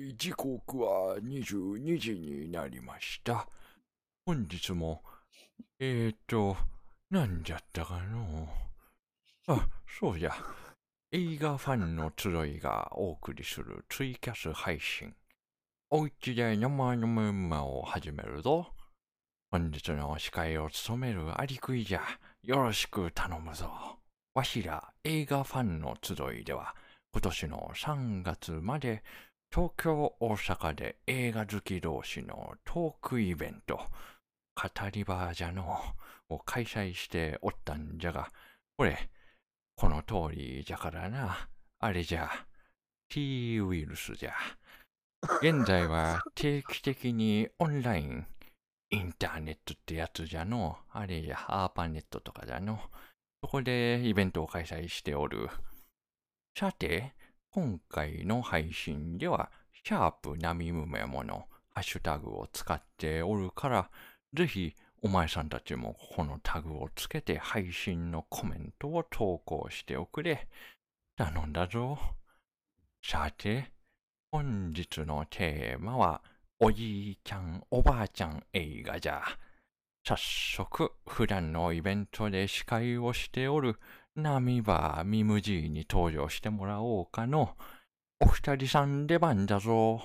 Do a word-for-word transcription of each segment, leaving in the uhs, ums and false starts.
い、時刻はにじゅうにじになりました。本日も、えーと、なんじゃったかのう。あ、そうじゃ。映画ファンの集いがお送りするツイキャス配信。おうちで生のムンマを始めるぞ。本日の司会を務めるアリクイじゃ。よろしく頼むぞ。わしら映画ファンの集いでは、今年のさんがつまで東京、大阪で映画好き同士のトークイベント、語り場じゃのを開催しておったんじゃが、これ、この通りじゃからな、あれじゃ、T ウイルスじゃ。現在は定期的にオンライン、インターネットってやつじゃの、あれじゃ、アーパネットとかじゃの、そこでイベントを開催しておる。さて、今回の配信では、シャープナミムメモのハッシュタグを使っておるから、ぜひお前さんたちもこのタグをつけて配信のコメントを投稿しておくれ。頼んだぞ。さて、本日のテーマは、おじいちゃん、おばあちゃん映画じゃ。早速、普段のイベントで司会をしておるナミバーミムジーに登場してもらおうかの。お二人さん出番だぞ。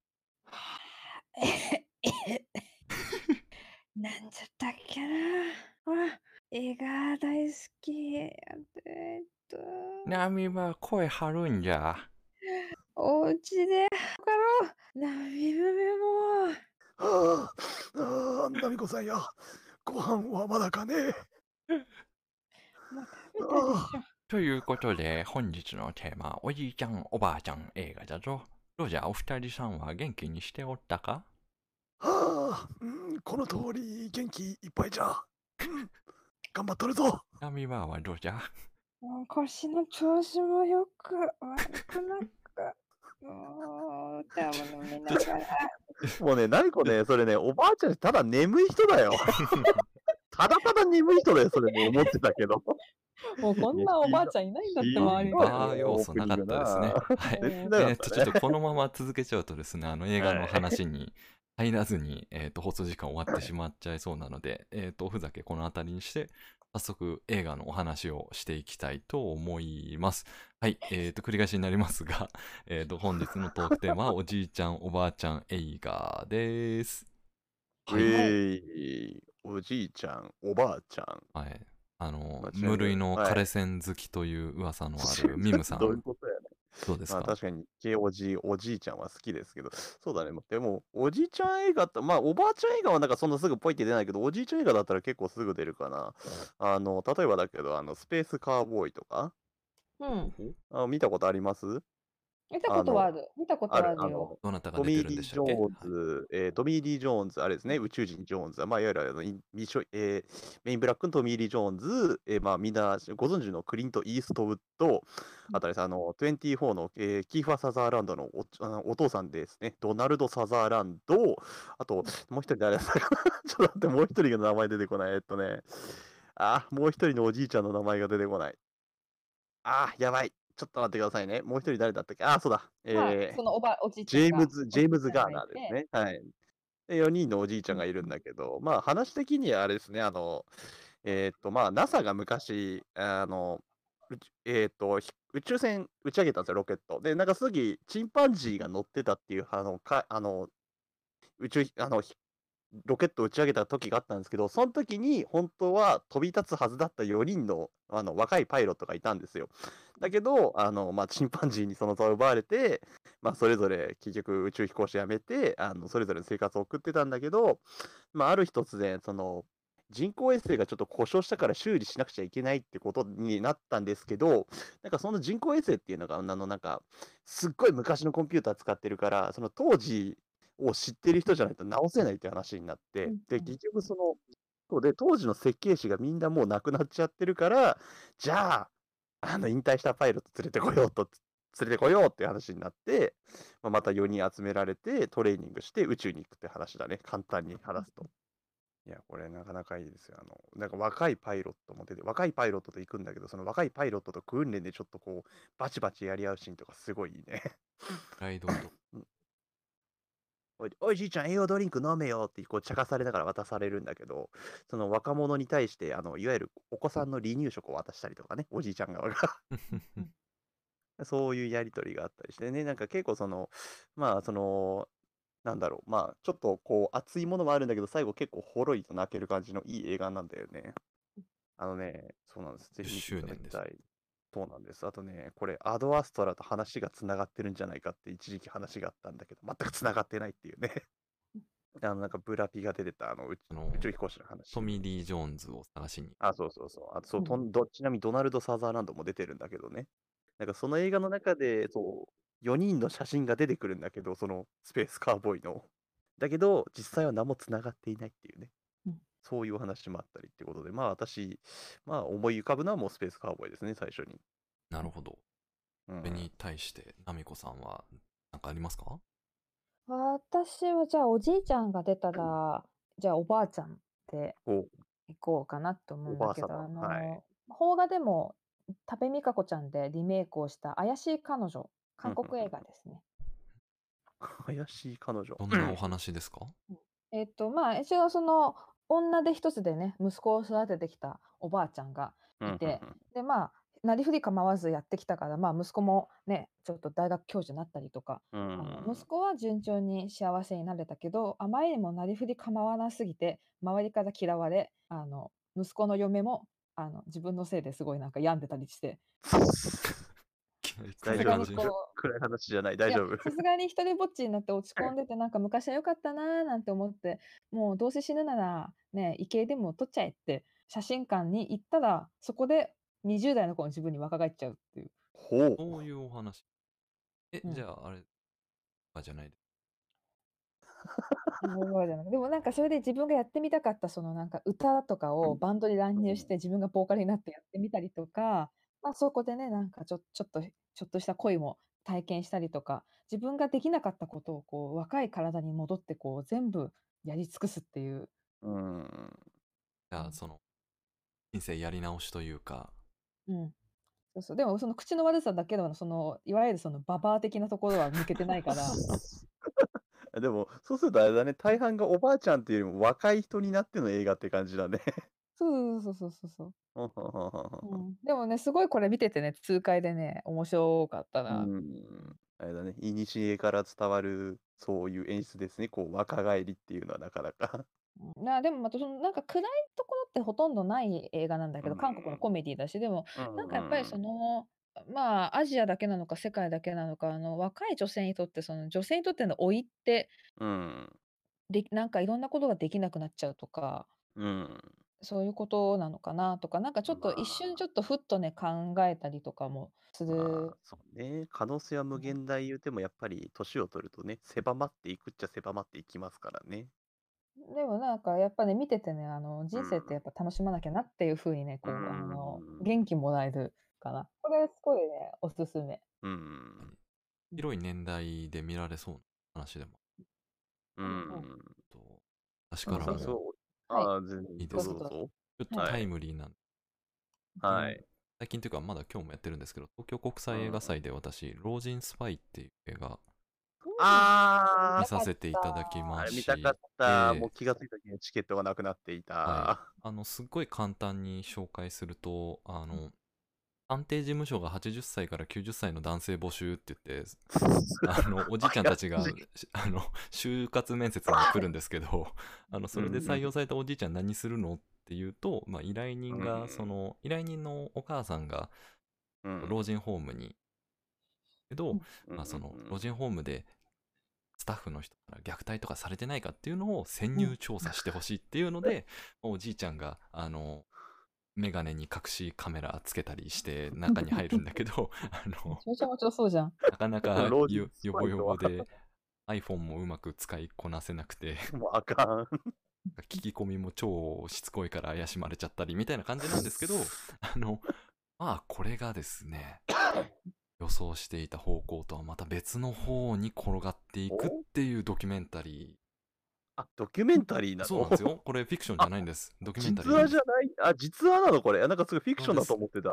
なんじゃったっけな。ほら、映画大好き。えっと、 ナミバー声張るんじゃ。 おうちで、ほかろう。なみむめも。 ああ、ああ、ナミコさんや、ご飯はまだかね。 もう食べたでしょ。 ということで、本日のテーマ、おじいちゃん、おばあちゃん映画だぞ。どうじゃ、お二人さんは元気にしておったか？ はあ、うん、この通り元気いっぱいじゃ。うん、頑張っとるぞ。 ナミバーはどうじゃ？ もう腰の調子もよく悪くなく。もう、歌も飲みながら。 もうね、ナミコね、それね、おばあちゃんただ眠い人だよ。ただただ眠い人だよ、それも思ってたけど。 もうこんなおばあちゃんいないんだって周りに。 バー要素なかったですね。はい。えー、っと、ちょっとこのまま続けちゃうとですね、あの映画の話に入らずに、えー、っと、放送時間終わってしまっちゃいそうなので、えー、っと、おふざけこの辺りにして、早速映画のお話をしていきたいと思います。はい。えー、っと、繰り返しになりますが、えー、っと、本日のトークテーマは、おじいちゃん、おばあちゃん映画です。 はい。えー、おじいちゃん、おばあちゃん。 はい。あの、無類の枯線好きという噂のあるミムさん。 どういうことやね。 どうですか？ まあ確かに、K おじい、おじいちゃんは好きですけど、そうだね。でも、おじいちゃん映画って、まあ、おばあちゃん映画はなんかそんなすぐポイって出ないけど、おじいちゃん映画だったら結構すぐ出るかな。あの、例えばだけど、あの、スペースカーボーイとか、 うん。 あ見たことあります？ 見たことはある。見たことはあるよ。 どなたがトミー・出てるんリー・でしたっけ？ ジョーンズ、えートミー・リー・ジョーンズ、あれですね、宇宙人ジョーンズ、まあ、いわゆるあのインミッションえーメインブラックのトミー・リー・ジョーンズ、えーまあ、みんなご存知のクリント・イーストウッド、あとですねあの、にじゅうよんの、えーキーファー・サザーランドの お, あのお父さんですね、ドナルド・サザーランド、あと、もう一人誰だったかなちょっと待って、もう一人の名前出てこない。えっとね、あ、もう一人のおじいちゃんの名前が出てこない。あ、やばい。ちょっと待ってくださいね。もう一人誰だったっけ？あ、そうだ。えー、 そのおばおじいちジゃんが。 ェームズ、ジェームズ・ガーナーですね。はい。で、よにんのおじいちゃんがいるんだけど、まあ話的にはあれですね、あの、えっと、まあ ナサ が昔、あの、うちえっと、ひ宇宙船打ち上げたんですよ、ロケット。で、なんか次、チンパンジーが乗ってたっていう、あの、かあの、宇宙、あの、ひロケットを打ち上げた時があったんですけど、その時に本当は飛び立つはずだったよにんのあの若いパイロットがいたんですよ。だけど、あのまあ、チンパンジーにその座を奪われて、まあ、それぞれ結局宇宙飛行士辞めて、あのそれぞれの生活を送ってたんだけど、まあ、ある日突然、その人工衛星がちょっと故障したから修理しなくちゃいけないってことになったんですけど、なんかその人工衛星っていうのが、あのなんか、すっごい昔のコンピューター使ってるから、その当時、を知ってる人じゃないと直せないって話になって、で、結局その、そうで、当時の設計士がみんなもう亡くなっちゃってるから、じゃあ、あの、引退したパイロット連れてこようと、連れてこようっていう話になって、まあ、またよにん集められて、トレーニングして宇宙に行くって話だね。簡単に話すと。いや、これなかなかいいですよ。あの、なんか若いパイロットも出て、若いパイロットと行くんだけど、その若いパイロットと訓練でちょっとこう、バチバチやり合うシーンとかすごいいいね。 ライドとおい、おいじいちゃん、栄養ドリンク飲めよってこう茶化されながら渡されるんだけど、その若者に対して、あのいわゆるお子さんの離乳食を渡したりとかね、おじいちゃん側が。そういうやりとりがあったりしてね、なんか結構その、まあその、なんだろう、まあちょっとこう熱いものもあるんだけど、最後結構ほろりと泣ける感じのいい映画なんだよね。あのね、そうなんです。ぜひ見てい 10 ただ周年です。 きたい。そうなんです。あとね、これ、アドアストラと話がつながってるんじゃないかって一時期話があったんだけど、全くつながってないっていうね。あの、なんかブラピが出てたあの宇あの宇宙飛行士の話。 トミー・リー・ジョーンズを探しに。 あ、そうそうそう。あとそう、 うんとんどちなみにドナルド・サザーランドも出てるんだけどね。なんかその映画の中で、そう、よにんの写真が出てくるんだけど、そのスペースカーボーイの。だけど、実際は何もつながっていないっていうね。 うんそういうお話もあったりってことで、まあ私、まあ思い浮かぶのはもうスペースカーボーイですね、最初に。 なるほど。 うん。 それに対して、ナミコさんは何かありますか？ 私はじゃあおじいちゃんが出たら、じゃあおばあちゃんでお、 行こうかなと思うおんだけど、あばあ様。はい。 の、邦画でも多部未華子ちゃんでリメイクをした怪しい彼女、韓国映画ですね。 怪しい彼女。 どんなお話ですか？ うんえっと、まあ、一応その女手一つでね、息子を育ててきたおばあちゃんがうんうんいて、で、まあ、なりふり構わずやってきたから、まあ、息子もね、ちょっと大学教授になったりとか、 うん。 あのうん息子は順調に幸せになれたけど、あまりにもなりふり構わなすぎて、周りから嫌われ、あの息子の嫁もあの自分のせいですごいなんか病んでたりして、 いきなりさすが大丈夫。 にこ暗い話じゃない。 う、いや、 大丈夫。 さすがに一人ぼっちになって落ち込んでて、なんか昔は良かったなーなんて思って、もうどうせ死ぬなら、ね、胃形でも取っちゃえって写真館に行ったら、そこでにじゅう代の子の自分に若返っちゃうっていう。 ほう。 そういうお話。え、 うんじゃあ、あれ、あ、じゃないです。 そうじゃなくでもなんかそれで自分がやってみたかったそのなんか歌とかをバンドに乱入して自分がボーカルになってやってみたりとか、まあ、そこでね、なんかちょちょっとちょっとした恋も体験したりとか、自分ができなかったことをこう若い体に戻ってこう全部やり尽くすっていう。 うん。 じゃあ、 うん。 その、人生やり直しというか、 うん。そうそう。でもその口の悪さだけのその、いわゆるそのババア的なところは抜けてないから。 でも、そうするとあれだね、大半がおばあちゃんっていうよりも若い人になっての映画って感じだね。 そうそうそうそうそう。 ほんほんほんほんほんうほん。 ん。でもね、すごいこれ見ててね、痛快でね、面白かったうな。 ん。あれだね、古から伝わるそういう演出ですね。こう若返りっていうのはなかなか。 うん、な、でもまたそのなんか暗いところってほとんどない映画なんだうけど、韓国のん。 コメディだし、でもうなんかやっぱりん。 その、まあ、アジアだけなのか世界だけなのか、あの若い女性にとってその女性にとっての老いって、 うん。 でなんかいろんなことができなくなっちゃうとか、 うん。 そういうことなのかなとか、なんかちょっまと一瞬ちょあ、 っとふっとね、考えたりとかもすまる。 あ、そうね。可能性は無限大言うても、やっぱり年を取るとね、狭まっていくっちゃ狭まっていきますからね。 でもなんかやっぱね、見ててね、あの、 うん。 人生ってやっぱ楽しまなきゃなっていう風にね、 うこう、あの、 ん。 元気もらえるかな。これすごいね、おすすめ。 うん。 広い年代で見られそうな話でも、 ううんうん。 ん。 と、私うん、ぜひ。 からもさそう。 はい。 ああ、全然いいですか？ どうぞどうぞ。 ちどうぞ。 ょっとはい。 タイはい。 ムリーなんはい。 最近というか、まだ今日もやってるんですけど、東京国際映画祭で私、老人スパイっていう映画うん。 ああ、 見させていただきあまれ見たかっして、 た。もう気がついた時にはチケットがなくなっていはい。 た。 あの、すっごい簡単に紹介すると、あの、探偵事務所がはちじゅっさいからきゅうじゅっさいの男性募集って言って、あの、おじいちゃんたちが、しあの、就活面接に来るんですけど、あの、それで採用されたおじいちゃん何するのっていうと、まあ、依頼人が、 うんその、依頼人のお母さんが、 うん老人ホームに、けど、 うんまあ、その、 うん老人ホームで、スタッフの人から虐待とかされてないかっていうのを潜うん。 入調査してほしいっていうので、おじいちゃんが、あの、メガネに隠しカメラつけたりして中に入るんだけど、あめの、 ちゃめちゃ面白そうじゃん。 なかなか老人よよぼよスパイとは、 ぼで iPhone もうまく使いこなせなくて、 もうあかん。 聞き込みも超しつこいから怪しまれちゃったりみたいな感じなんですけど、あの、まあこれがですね、予想していた方向とはまた別の方に転がっていくっおていうドキュメンタリあ、ドキュメンタリーー。 なそうなんですよ。 のこれフィクションじゃないんです。ドキュメンタリー実なんです。 話じゃないあ、実話なのこれ。あなんかすごいフィクションだ実話です。 と思ってた。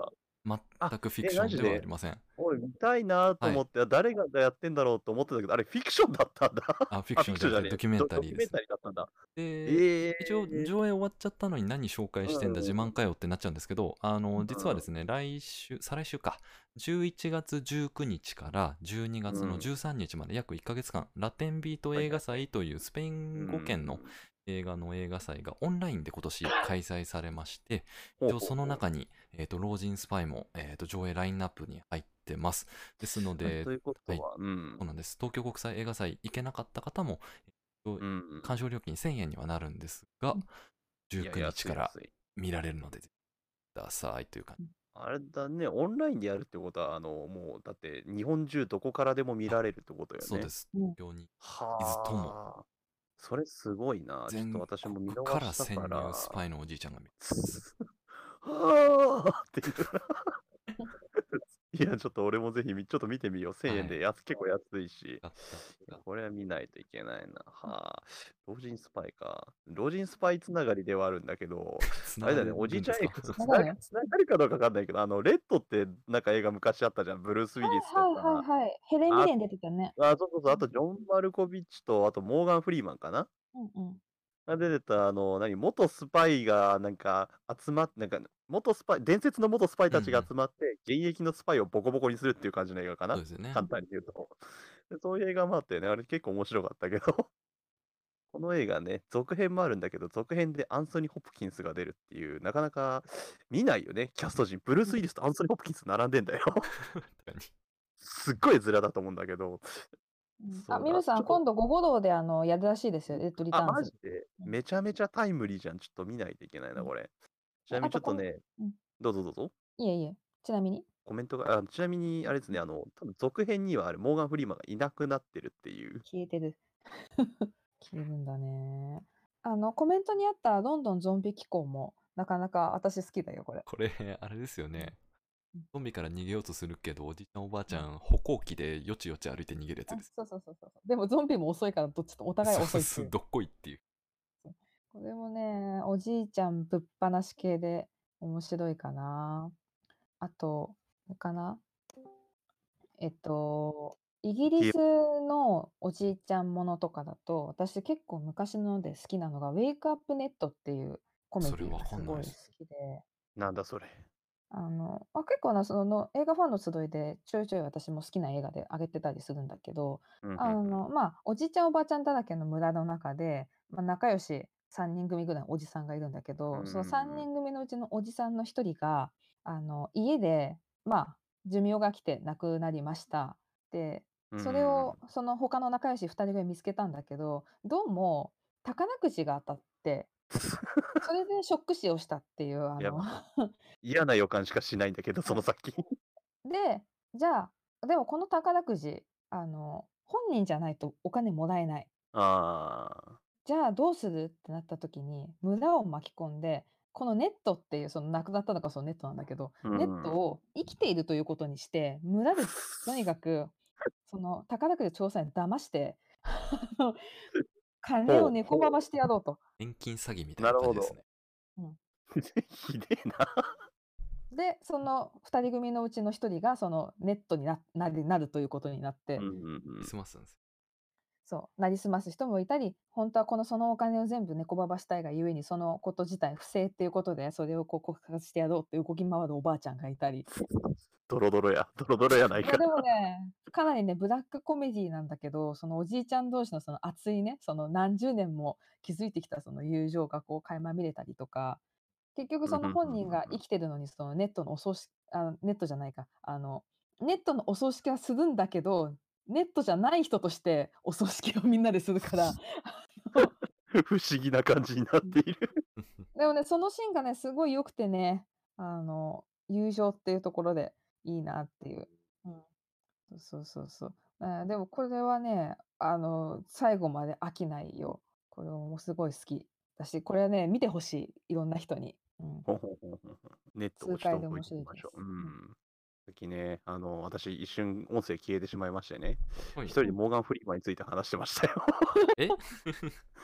あ、 全くフィクえ、 ションではあマジでりません。 俺見たいなとはい。 思って、あ誰がやってんだろうと思ってたけど、あれフィクションだったんだ。 あ、フィクあ、 ションフィクションじゃねえ。 じゃなくてドキュメンド、 タリーですね。 ドキュメンタリーだったんだ。 で、 え一応え上映終わっちゃったのに何紹介してんだ、 うんうん自慢かよってなっちゃうんですけど、あの、実はうんですね、来週、再来週か、じゅういちがつじゅうくにちからじゅうにがつのうん。 じゅうさんにちまで約いっかげつかん、ラテンビート映画はいはいはい。 祭というスペイうン語圏のん。 映画の映画祭がオンラインで今年開催されまして、 ほうほう一応そのほ中に、えっと、老人スパイも、えっと、上映ラインナップに入ってます。ですのう。あで、 というこはい、 とは、う。 そうんなんです。東京国際映画祭行けなかった方も、えっと、 うん。 鑑賞料金せんえんにはなるんですが、 うん 19 いや、 日から安い安い。 見られるので、ぜひくださいという感じ。 あれだね、オンラインでやるってことは、あの、もう、だって、日本中どこからでも見あ、 られるってことよね。 そうです。 うん東京にいずともはあ、それすごいな。ちょっと全私も見国から逃したか潜入スら。 パイのおじいちゃんが見れます。 はあっていう。いや、ちょっと俺もぜひみちょっと見てみよう。1000 はい。 円でやつ結構安いし。 やったやっこれは見ないといけないな。はあ。老人スパイか。老人スパイつながりではあるんだけど、 つながるあれだね、おじいちゃん映んですか？ 画つ長ないがのつながるかどうかわかんないけど、あの、レッドってなんか映画昔あったじゃん。ブルース・ウィリスとはいはいか。 はいはい。ヘレン・ミあ、 レン出てたね。 あ、そうそうそう。あうんとジョン・マルコビッチと、あとモーガン・フリーマンかなうんうん。 が出てた、あの、何、元スパイがなんか集まって、なんか、元スパイ、伝説の元スパイたちがうんうん。 集まって、現役のスパイをボコボコにするっていう感じの映画かなそうですよね。 簡単に言うと。でそういう映画もあってね、あれ結構面白かったけど、この映画ね、続編もあるんだけど、続編でアンソニー・ホプキンスが出るっていう、なかなか見ないよね、キャスト陣。ブルース・ウィリスとアンソニー・ホプキンス並んでんだよ。 確かに。 すっごいズラだと思うんだけど、 うんあ、 そうだ、 ミルさん、 ちょっと、 今度午後堂であのやるらしいですよ、レッドリあ、 ターンズ。 マジで、 うんめちゃめちゃタイムリーじゃん。ちょっと見ないといけないな、 うんこれ。ちえなみあとコメ、 にちょっとね、 うん、 どうぞどうぞ。 いえいえ、ちなみに。 コメントが、あ、ちなみに、あれですね、あの、多分続編にはあれ、モーガン・フリーマンがいなくなってるっていう。 消えてる。消えるんだね。あの、コメントにあったロンドンゾンビ機構も、なかなか私好きだよ、これ。 これ、あれですようんね。 うんゾンビから逃げようとするけど、おじいちゃんおばあちうんゃん、歩行器でよちよち歩いて逃げるやつあ、 です。 そうそうそうそう。でもゾンビも遅いから、どっちとお互いそう遅いってそう、 いう。 どっこいっていう。 そうこれもね、おじいちゃんぶっ放し系で面白いかな。あと、あれかな。えっと、イギリゲスのおじいちゃんものとかだと、私結構昔ので好きなのが、ウェイクアップネットっていうコメそれわディがすごい好かんないです。 きで、 なんだそれ。 あの、まあ、結構な、その映画ファンの集いでちょいちょい私も好きな映画で上げてたりするんだけど、 うんうんあの、まあ、おじいちゃんおばあちゃんだらけの村の中で、まあ、仲良しさんにん組ぐらいのおじさんがいるんだけうど、そのん 3人組のうちのおじさんのひとりが、あの、家で、まあ、寿命が来て亡くなりました。で、 うんそれをその他の仲良しふたりが見つけたんだけど、どうも宝くじが当たって、それでショック死をしたっていう、あいや、 の嫌な予感しかしないんだけど、その先。 で、じゃあ、でもこの宝くじ、あの、本人じゃないとお金もらえない。 ああ。 じゃあどうするってなった時に、村を巻き込んで、このネットっていう、その亡くなったのがそのネットなんだけど、 うネットん。 を生きているということにして、村でとにかく、その宝くじ調査員騙して、あの金をほう、 猫ばばしてやろうと。 年金詐欺みたいなるほど。 な感じですね。 うんひでえな。 で、そのふたり組のうちのひとりがそのネットにななるなるということになっうて、 んうんうクリん。 スマスなんですよ。 そう、なりすます人もいたり、本当はこのそのお金を全部猫ばばしたいがゆえに、そのこと自体不正っていうことで、それをこう告発してやろうって動き回るおばあちゃんがいたり。 ドロドロや、ドロドロやないか。 いやでもね、かなりね、ブラックコメディなんだけど、そのおじいちゃん同士のその熱いね、その何十年も築いてきたその友情がこう垣間見れたりとか、結局その本人が生きてるのに、そのネットのお葬式、あ、ネットじゃないか、あの、ネットのお葬式はするんだけど、ネットじゃない人としてお葬式をみんなでするから、あの不思議な感じになっている。 でもね、そのシーンがね、すごい良くてね、あの、友情っていうところでいいなっていう。うん。そうそうそうそう。えーでもこれはね、あの、最後まで飽きないよ。これもすごい好きだし、これはね、見てほしい、いろんな人に。うん。 ほんほんほんほんほんネットを痛快でちょっと覚え面白いでておきましょう。 す。 ううん。 ん。さっきね、あの、私一瞬音声消えてしまいましてね、 はい。 一人でモーガン・フリーマンについて話してましたよ。 え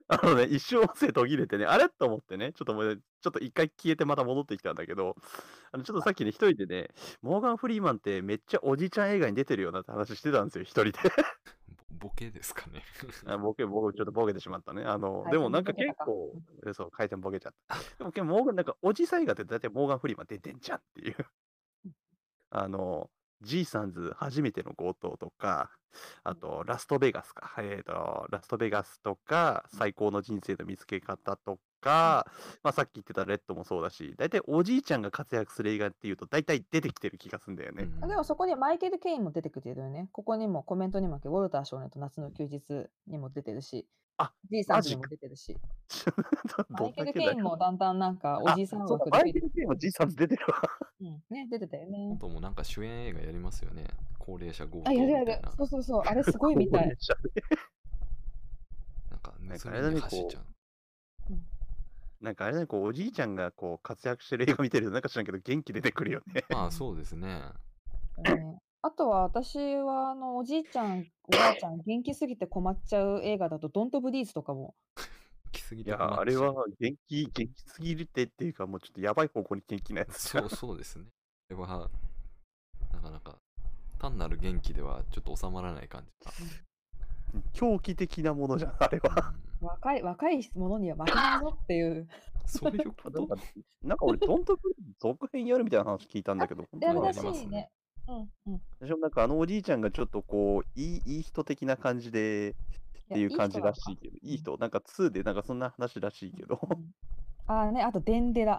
あのね、一瞬音声途切れてね、あれと思ってね、ちょっともうね、ちょっと一回消えてまた戻ってきたんだけど、あのちょっとさっきね、一人でね、モーガン・フリーマンってめっちゃおじいちゃん映画に出てるよなって話してたんですよ、一人で。 ボボケですかね。 あボケ、僕ちょっとボケてしまったね。あの、 回線でもなんかでボケたか。 結構、 うんえそう、回転ボケちゃった。でも、けモーガン、なんかおじさん映画って大体モーガン・フリーマン出てんじゃんっていう。あの、ジーサンズ初めての強盗とか、あと、ラストベガスか。えっと、ラストベガスとか、最高の人生の見つけ方とか、まあ、さっき言ってたレッドもそうだし、大体おじいちゃんが活躍する映画っていうと、大体出てきてる気がするんだよね。 あでもそこにマイケル・ケインも出てくれてるよね。ここにもコメントにもあるけど、ウォルター少年と夏の休日にも出てるし、 あ、 ジーサンズにもマジか。 出てるし、 どマイケル・んだけだよ。 ケインもだんだんなんかおあじいさんそうだ、 枠で増えてきてマイケル・ケインもジーサンズ出てるわ。 うん、ね、出てたよあね。 ともなんか主演映画やりますよね。高齢者強盗あ、やるやる。 みたいな。 そうそうそう。あれすごいみたい。 高齢者ねなんかなんか盗みであれだね、こ走っちゃう。 う、なんかあれだね、こう、おじいちゃんがこう活躍してる映画見てると、なんか知らんけど元気出てくるよね。 まあそうですね。 ねあとは私はあのおじいちゃん、おばあちゃん元気すぎて困っちゃう映画だと、ドントブリーズとかも。 来すぎいや、 て困っちゃう。 あれは元気、元気すぎるってっていうか、もうちょっとやばい方向に元気なやつじゃん。 そうそうですね。あれは、なかなか、単なる元気ではちょっと収まらない感じが。 狂気的なものじゃん、あれは。 うん若い若い者には負けないぞっていう。 そういうことなんか、なんか俺、ドントブリーズ続編やるみたいな話聞いたんだけど、本当にやるらしありますねいね。うんうん。 私もなんかあのおじいちゃんがちょっとこう、いいいい人的な感じでっていう感じらしいけど、いい人、なんかにでなんかそんな話らしいけど。 うんああね、あとデンデラ。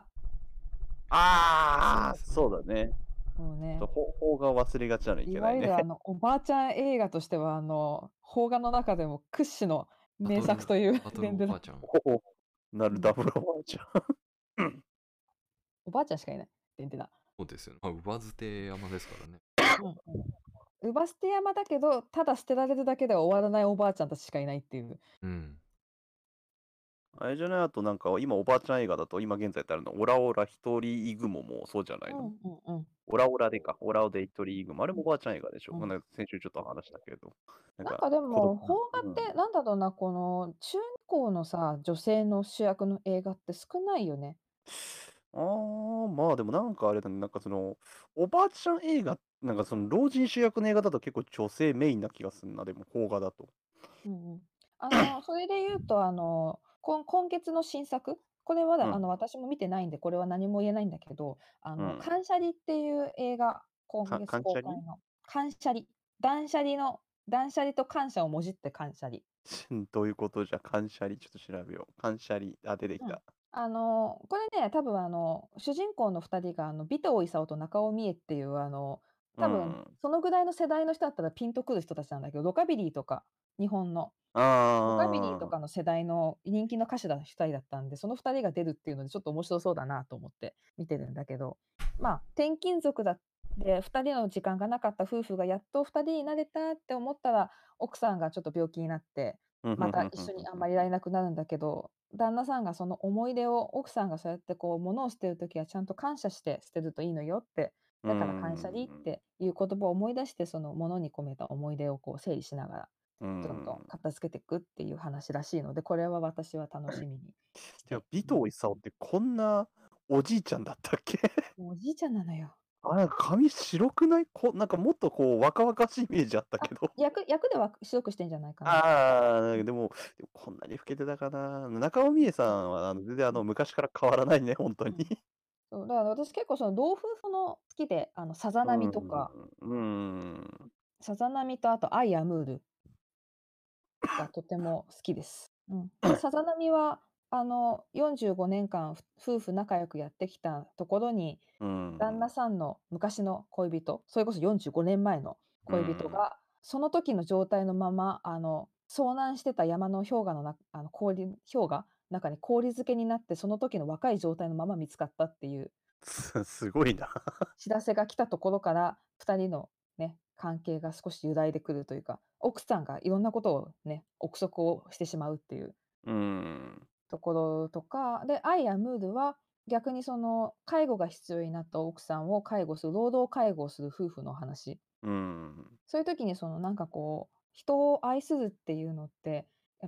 ああ、 そそうだね。 もうねちょっと。方法が忘れがちなのいいけないね。 わゆるあのおばあちゃん映画としてはあの邦画の中でも屈指の名作というバトルおばあちゃん。 おおなるダブルおばあちゃん。 おばあちゃんしかいない。デンデラ。 そうですよね。まあ、上捨て山ですからね。 うんうん乳母捨て山だけど、ただ捨てられるだけでは終わらないおばあちゃんたちしかいないっていう。 うん。 あれじゃないあとなんか今おばあちゃん映画だと今現在ってあるのオラオラ一人イグモもそうじゃないの、 うんうんうん。 オラオラでか、オラオで一人イグモ。あれもおばあちゃん映画でしょ、 うんなんか先週ちょっと話したけど。 なんかでも、邦画うんってなんだろうな、この中高のさ、女性の主役の映画って少ないよね。 あー、まあでもなんかあれだね、なんかその、おばあちゃん映画、なんかその老人主役の映画だと結構女性メインな気がするな、でも邦画だと。 うんうん。あの、それで言うと、あの、今今月の新作、これはだ、 うんあの、私も見てないんで、これは何も言えないんだけど、あの、 うん感謝離っていう映画、今か月感謝離公開の。感謝離。断捨離の、断捨離と感謝をもじって感謝離。 どういうことじゃ、感謝離、ちょっと調べよう。感謝離、あ、出てきた。 あの、これね、多分あの、主人公のふたりが、あの、尾藤勲と中尾美恵っていう、あの、多分うんそのぐらいの世代の人だったらピンとくる人たちなんだけど、ロカビリーとか、日本の。 あロカビリーとあ、 かの世代の人気の歌手だふたりだったんで、そのふたりが出るっていうので、ちょっと面白そうだなと思って見てるんだけど、まあ、転勤族だってふたりの時間がなかった夫婦がやっとふたりになれたって思ったら、奥さんがちょっと病気になって、また一緒にあんまりいられなくなるんだけど、旦那さんがその思い出を、奥さんがそうやってこう物を捨てるときはちゃんと感謝して捨てるといいのよって、だから感謝離っていう言葉を思い出して、その物に込めた思い出をこう整理しながら、 うんどんどん片付けていくっていう話らしいので、これは私は楽しみにしてでも、尾藤勲ってこんなおじいちゃんだったっけもうおじいちゃんなのよ。 あ、なんか髪白くないこなんかもっとこう若々しいイメージあったけど。 役役では白くしてんじゃないかな。 ああ、でも、でもこんなに老けてたかな。中尾美恵さんはあの全然あの昔から変わらないね、本当に。 そうだから私結構その同夫婦の好きで、あのさざ波とか、 うん。うん。 さざ波とあとアイアムールがとても好きです。うん、でさざ波はあのよんじゅうごねんかんふ夫婦仲良くやってきたところに、 うん。 旦那さんの昔の恋人、それこそよんじゅうごねんまえの恋人が、その時の状態のまま、あの遭難してた山の氷河のなあの氷氷河中に氷漬けになって、その時の若い状態のまま見つかったっていうすすごいな。 知らせが来たところから、ふたりのね、関係が少し揺らいでくるというか、奥さんがいろんなことをね、憶測をしてしまうっていううん。 ところとか、で、アイやムールは逆にその介護が必要になった奥さんを介護する、労働介護をする夫婦の話。 うん。 そういう時にそのなんかこう、人を愛するっていうのって、やっぱ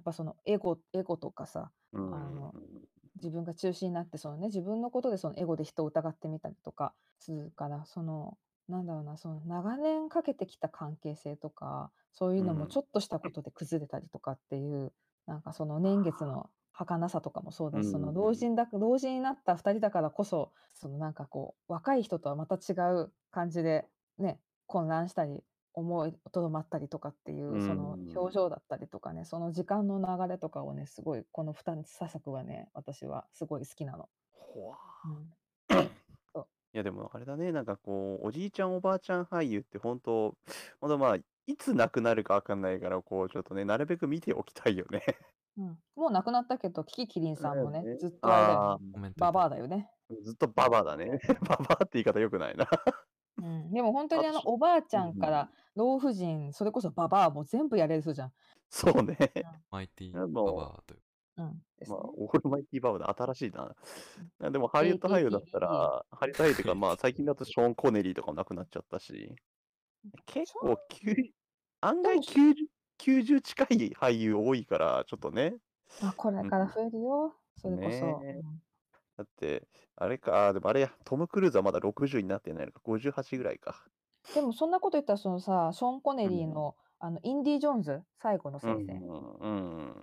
ぱそのエゴ、エゴとかさ、 うあの、 ん。 自分が中心になって、そのね、自分のことでそのエゴで人を疑ってみたりとかするから、その、なんだろうな、その長年かけてきた関係性とか、そういううのもん。 ちょっとしたことで崩れたりとかっていう、なんかその年月の儚さとかもそううだし、その老ん。 人だ、老人になったふたりだからこそ、そのなんかこう、若い人とはまた違う感じで、ね、混乱したり、思いとどまったりとかっていうう、その表ん。 情だったりとかね、その時間の流れとかをね、すごいこのふたささくはね、私はすごい好きなの。 ほわうん。そう。 いやでもあれだね、なんかこう、おじいちゃんおばあちゃん俳優って本当、本当まあ、いつ亡くなるかわかんないから、こうちょっとね、なるべく見ておきたいよね。 うん。もう亡くなったけど、キキキリンださんもね、 よね。 ずっとあれだよああ、 ね。 コメントいバただいバアだよね。 ずっとババアだね。ババアって言い方良くないな。 うん。でも本当あにあのとしおばあちうん。 ゃんから老婦人、それこそババアも全部やれる人じゃん。 そうね。 うん。 マイティでバも、 バアという。 うん。ですまあ、 ね。 オールマイティババアだ、新しいな。 うん。 あでもハリウッド俳優だったら、 エーティーティーティー よ。 ハリウッド俳優っていうか、まあ最近だとショーン・コネリーとかも亡くなっちゃったし、結しょ構きゅう案外でもしきゅうじゅう、きゅうじゅう近い俳優多いから、ちょっとね。 まあ、これうん。 から増えるよ、それこねそ。 え。 うん。 だって、あれか、あでもあれや、トム・クルーズはまだろくじゅうになってないのか、ごじゅうはちぐらいか。 でもそんなこと言ったら、そのさ、ショーン・コネうん。 リーの、あの、インディ・ジョーンズ、最後のう聖戦。 ん、うん。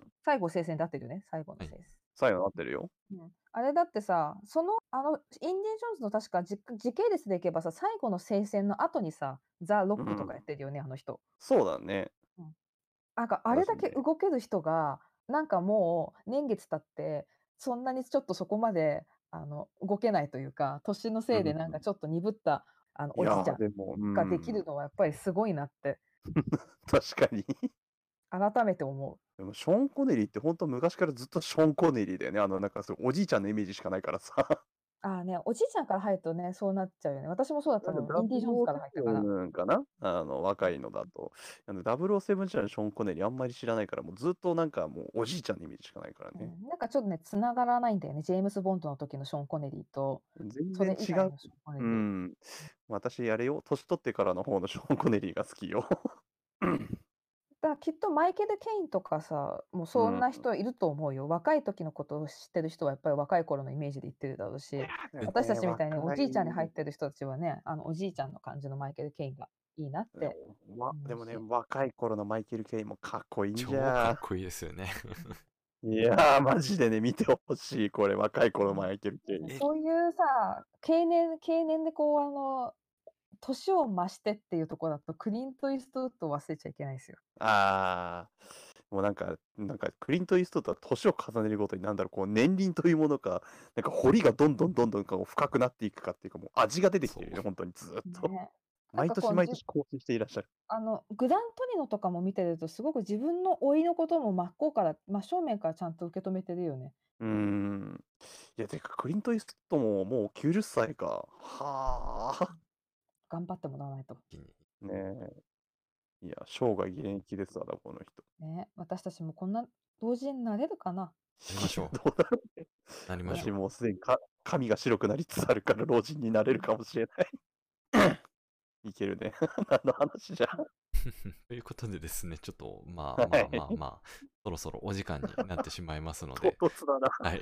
最後聖戦で合ってるよね、最後のはい。 聖戦。 最後なってるよ。 うん。あれだってさ、その、あの、インディ・ジョーンズの確かじ時系列でいけばさ、最後の聖戦の後にさ、ザ・ロうックとかやん。 ってるよね、あの人。 そうだね。 うん。なんかあれ私だけね。 動ける人が、なんかもう年月経って、そんなにちょっとそこまで、あの、動けないというか、年のせいでなんかうん。 ちょっと鈍った、あの、 いやー、 おじいちゃんでも、うができるん。 のはやっぱりすごいなって確かに。 改めて思う。 でも、ショーン・コネリーって本当昔からずっとショーン・コネリーだよね。あの、なんかそう、おじいちゃんのイメージしかないからさ。 ああね、おじいちゃんから入るとね、そうなっちゃうよね。私もそうだったなんかもん。インディ・ジョーンズから入ったから。 ダブルオーセブンかなあの、若いのだと。あの、ダブルオーセブン時代のショーン・コネリーあんまり知らないから、もうずっとなんかもうおじいちゃんのイメージしかないからね。 うん、なんかちょっとね、繋がらないんだよね。ジェームズ・ボンドの時のショーン・コネリーと、 全それ然違う。 以外のショーン・コネうリー。 ん。私、あれよ、年取ってからの方のショーン・コネリーが好きよ。 だからきっとマイケル・ケインとかさ、もううそんん。 な人いると思うよ。若い時のことを知ってる人はやっぱり若い頃のイメージで言ってるだろういし、 や、でも私たね、 ちみたいにお若い。 じいちゃんに入ってる人たちはね、あのおじいちゃんの感じのマイケル・ケインがいいなっでても、わでもね、 思うし。 若い頃のマイケル・ケインもかっこいいんじ超かっゃ。 こいいですよね。 いやー、マジでね、見てほしい、これ、若い頃のマイケル・ケイン。 え、 そういうさ、経年経年でこうあの、年を増してっていうところだと、クリント・イーストウッドを忘れちゃいけないですよ。 ああ、もうなんか、なんかクリント・イーストウッドは年を重ねるごとに、なんだろう、こう年輪というものか、なんか彫りがどんどんどんどんこう深くなっていくかっていうか、もう味が出てきそう。 てるよね、本当にずーっと。 ね。なん毎年かこう、じ毎年更新していらっしゃる。 あの、グラントリノとかも見てると、すごく自分の老いのことも真っ向から真正面からちゃんと受け止めてるよね。 うーん。いや、てか、クリント・イーストウッドももうきゅうじゅっさいか。はあ。 頑張ってもらわないと。 気にねえ。いや、生涯現役ですわな、この人。 ね、私たちもこんな老人になれるかな。 なりましょう。 どうだろうね。私なりましょう。 もうすでにか髪が白くなりつつあるから老人になれるかもしれない。いけるね。何の話じゃ。 ということでですね、ちょっと、まあまはい。 あまあまあ、そろそろお時間になってしまいますの唐で、 突だな。 はい。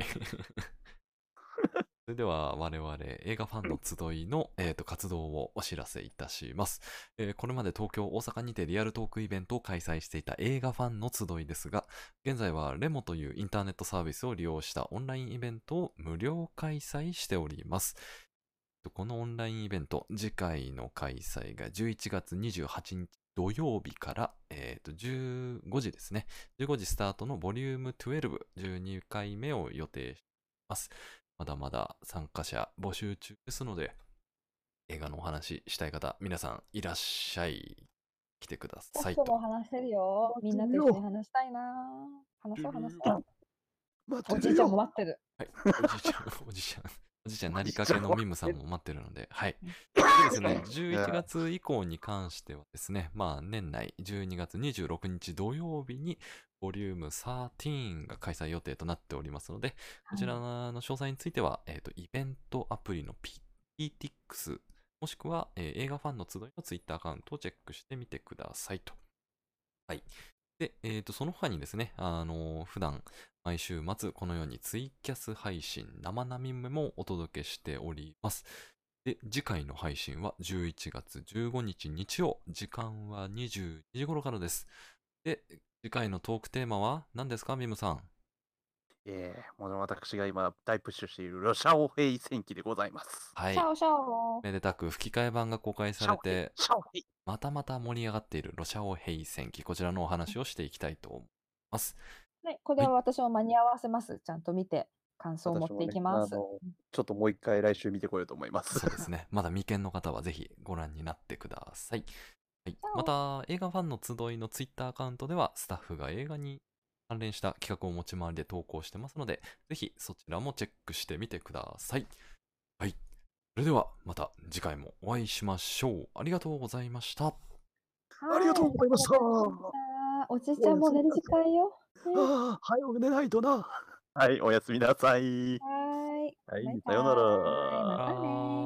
それでは我々映画ファンの集いの、えーと活動をお知らせいたします、えーこれまで東京、大阪にてリアルトークイベントを開催していた映画ファンの集いですが、現在はレモというインターネットサービスを利用したオンラインイベントを無料開催しております。このオンラインイベント、次回の開催がじゅういちがつにじゅうはちにち土曜日から、えーとじゅうごじですね。じゅうごじスタートのボリュームじゅうに、じゅうにかいめを予定しています。まだまだ参加者募集中ですので、映画のお話したい方、皆さんいらっしゃい。来てくださいと。 僕も話せるよ。みんなと一緒に話したいな。話そう話そう。おじいちゃんも待ってる。 はい、おじいちゃん、おじいちゃん、おじいちゃん、なりかけのミムさんも待ってるので、はい。でですね、じゅういちがつ以降に関してはですね、まあ年内じゅうにがつにじゅうろくにち土曜日にボリュームじゅうさんが開催予定となっておりますので、こちらの詳細については、えっと、イベントアプリの ピーティックス、もしくは、えー映画ファンの集いのツイッターアカウントをチェックしてみてくださいと。はい。 で、えっと、その他にですね、あの、普段、毎週末、このようにツイキャス配信、生並みもお届けしております。で、次回の配信はじゅういちがつじゅうごにち日曜、時間はにじゅうにじ頃からです。で、次回のトークテーマは何ですか、ミムさん。 ええ、もう私が今大プッシュしているロシアオヘイ戦記でございます。 はい。 シャオシャオ。 めでたく吹き替え版が公開さシャオヘイ、 れて、 シャオヘイ。 またまた盛り上がっているロシアオヘイ戦記、こちらのお話をしていきたいと思います。 はい、これはい。 は私も間に合わせます。ちゃんと見て、感想を持ってい私もね、 きます。 あの、ちょっともう一回来週見てこようと思います。 そうですね。まだ未見の方はぜひご覧になってください。はい、 シャまオ。 た、映画ファンの集いのツイッターアカウントでは、スタッフが映画に関連した企画を持ち回りで投稿してますので、ぜひそちらもチェックしてみてください。はい。それでは、また次回もお会いしましょう。ありがとうございました。 ありがとうございました。 おじいちゃんも寝る時間よ。ね、 ああ、早く寝ないとな。 はい、おやすみなさい。 はーい。 はい、 バイバさようなーイ。まら。 たねー。